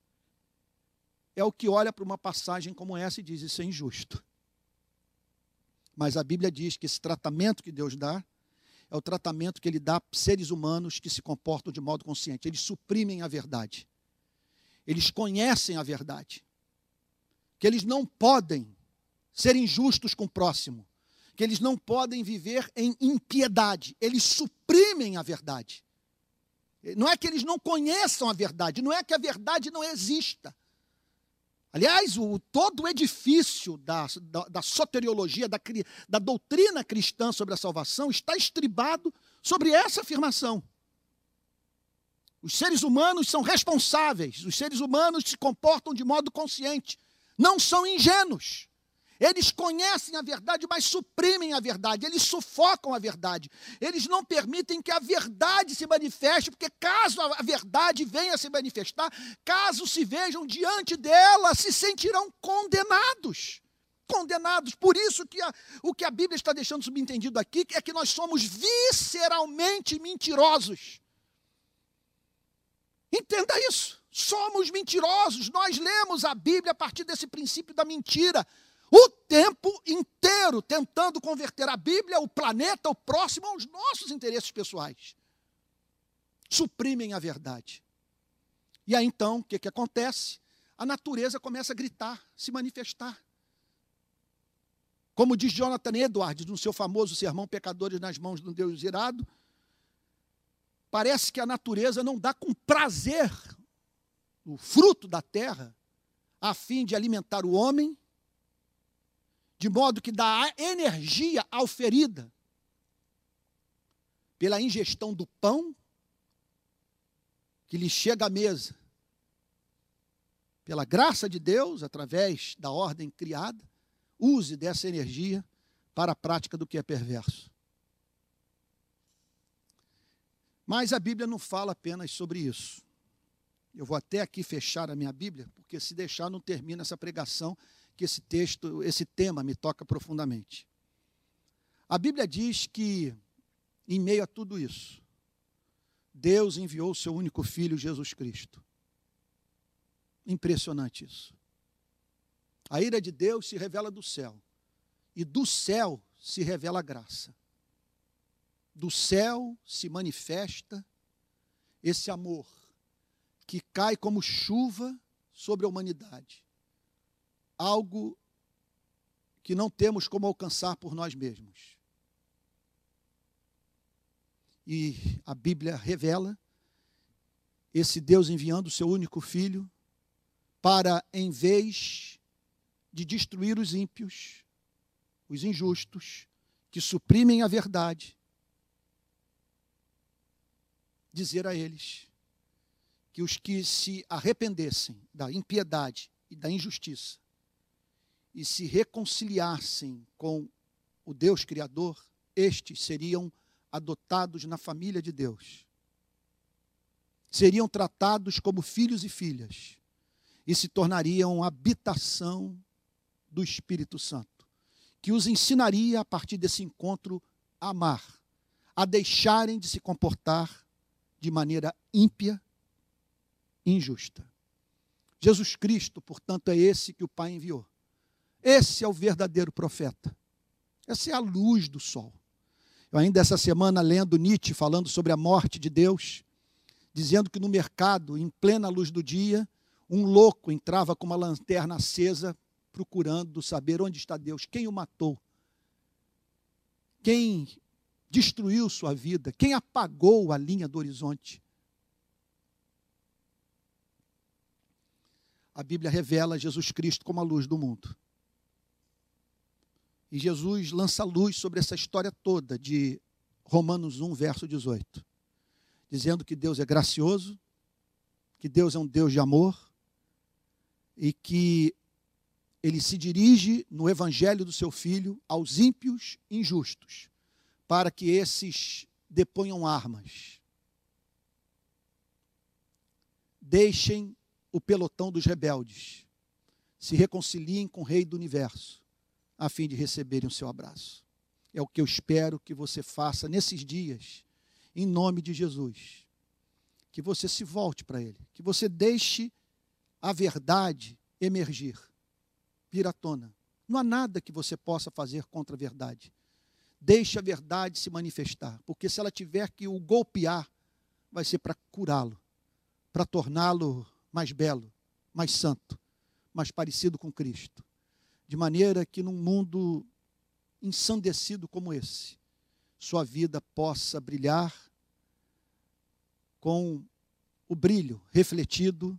é o que olha para uma passagem como essa e diz: isso é injusto. Mas a Bíblia diz que esse tratamento que Deus dá é o tratamento que Ele dá a seres humanos que se comportam de modo consciente. Eles suprimem a verdade. Eles conhecem a verdade. Que eles não podem ser injustos com o próximo. Que eles não podem viver em impiedade. Eles suprimem a verdade. Não é que eles não conheçam a verdade, não é que a verdade não exista. Aliás, o, todo o edifício da, da, da soteriologia, da, da doutrina cristã sobre a salvação, está estribado sobre essa afirmação. Os seres humanos são responsáveis, os seres humanos se comportam de modo consciente, não são ingênuos. Eles conhecem a verdade, mas suprimem a verdade, eles sufocam a verdade. Eles não permitem que a verdade se manifeste, porque caso a verdade venha a se manifestar, caso se vejam diante dela, se sentirão condenados. Condenados. Por isso que a, o que a Bíblia está deixando subentendido aqui é que nós somos visceralmente mentirosos. Entenda isso. Somos mentirosos. Nós lemos a Bíblia a partir desse princípio da mentira. O tempo inteiro tentando converter a Bíblia, o planeta, o próximo, aos nossos interesses pessoais. Suprimem a verdade. E aí então, o que, que acontece? A natureza começa a gritar, se manifestar. Como diz Jonathan Edwards, no seu famoso sermão Pecadores nas Mãos de um Deus Irado, parece que a natureza não dá com prazer o fruto da terra, a fim de alimentar o homem, de modo que dá energia auferida pela ingestão do pão que lhe chega à mesa, pela graça de Deus, através da ordem criada, use dessa energia para a prática do que é perverso. Mas a Bíblia não fala apenas sobre isso. Eu vou até aqui fechar a minha Bíblia, porque se deixar não termina essa pregação, que esse texto, esse tema me toca profundamente. A Bíblia diz que, em meio a tudo isso, Deus enviou o seu único filho, Jesus Cristo. Impressionante isso. A ira de Deus se revela do céu, e do céu se revela a graça. Do céu se manifesta esse amor que cai como chuva sobre a humanidade. Algo que não temos como alcançar por nós mesmos. E a Bíblia revela esse Deus enviando o seu único filho para, em vez de destruir os ímpios, os injustos, que suprimem a verdade, dizer a eles que os que se arrependessem da impiedade e da injustiça e se reconciliassem com o Deus Criador, estes seriam adotados na família de Deus. Seriam tratados como filhos e filhas e se tornariam habitação do Espírito Santo, que os ensinaria, a partir desse encontro, a amar, a deixarem de se comportar de maneira ímpia e injusta. Jesus Cristo, portanto, é esse que o Pai enviou. Esse é o verdadeiro profeta. Essa é a luz do sol. Eu ainda essa semana lendo Nietzsche, falando sobre a morte de Deus, dizendo que no mercado, em plena luz do dia, um louco entrava com uma lanterna acesa, procurando saber onde está Deus, quem o matou, quem destruiu sua vida, quem apagou a linha do horizonte. A Bíblia revela Jesus Cristo como a luz do mundo. E Jesus lança luz sobre essa história toda de Romanos um, verso dezoito, dizendo que Deus é gracioso, que Deus é um Deus de amor e que Ele se dirige no evangelho do seu Filho aos ímpios e injustos, para que esses deponham armas. Deixem o pelotão dos rebeldes, se reconciliem com o Rei do Universo, a fim de receberem o seu abraço. É o que eu espero que você faça nesses dias, em nome de Jesus. Que você se volte para Ele, que você deixe a verdade emergir, vir à tona. Não há nada que você possa fazer contra a verdade. Deixe a verdade se manifestar, porque se ela tiver que o golpear, vai ser para curá-lo, para torná-lo mais belo, mais santo, mais parecido com Cristo. De maneira que num mundo ensandecido como esse, sua vida possa brilhar com o brilho refletido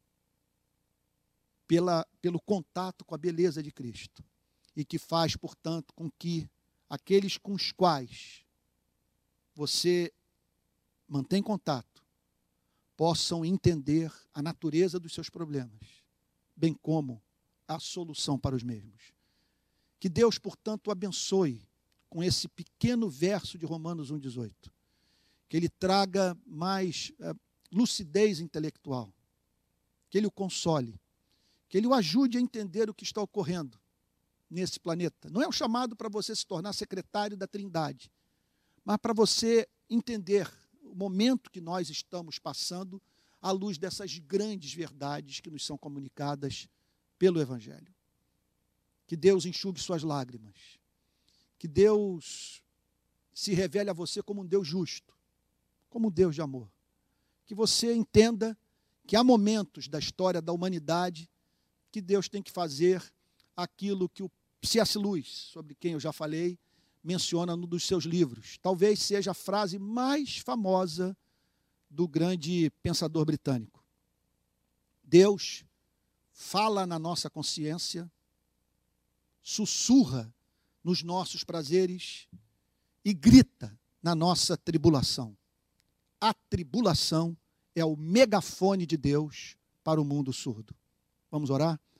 pela, pelo contato com a beleza de Cristo. E que faz, portanto, com que aqueles com os quais você mantém contato possam entender a natureza dos seus problemas, bem como a solução para os mesmos. Que Deus, portanto, o abençoe com esse pequeno verso de Romanos um, dezoito. Que Ele traga mais é, lucidez intelectual, que Ele o console, que Ele o ajude a entender o que está ocorrendo nesse planeta. Não é um chamado para você se tornar secretário da Trindade, mas para você entender o momento que nós estamos passando à luz dessas grandes verdades que nos são comunicadas pelo Evangelho. Que Deus enxugue suas lágrimas, que Deus se revele a você como um Deus justo, como um Deus de amor. Que você entenda que há momentos da história da humanidade que Deus tem que fazer aquilo que o C S Lewis, sobre quem eu já falei, menciona num dos seus livros. Talvez seja a frase mais famosa do grande pensador britânico. Deus fala na nossa consciência, sussurra nos nossos prazeres e grita na nossa tribulação. A tribulação é o megafone de Deus para o mundo surdo. Vamos orar?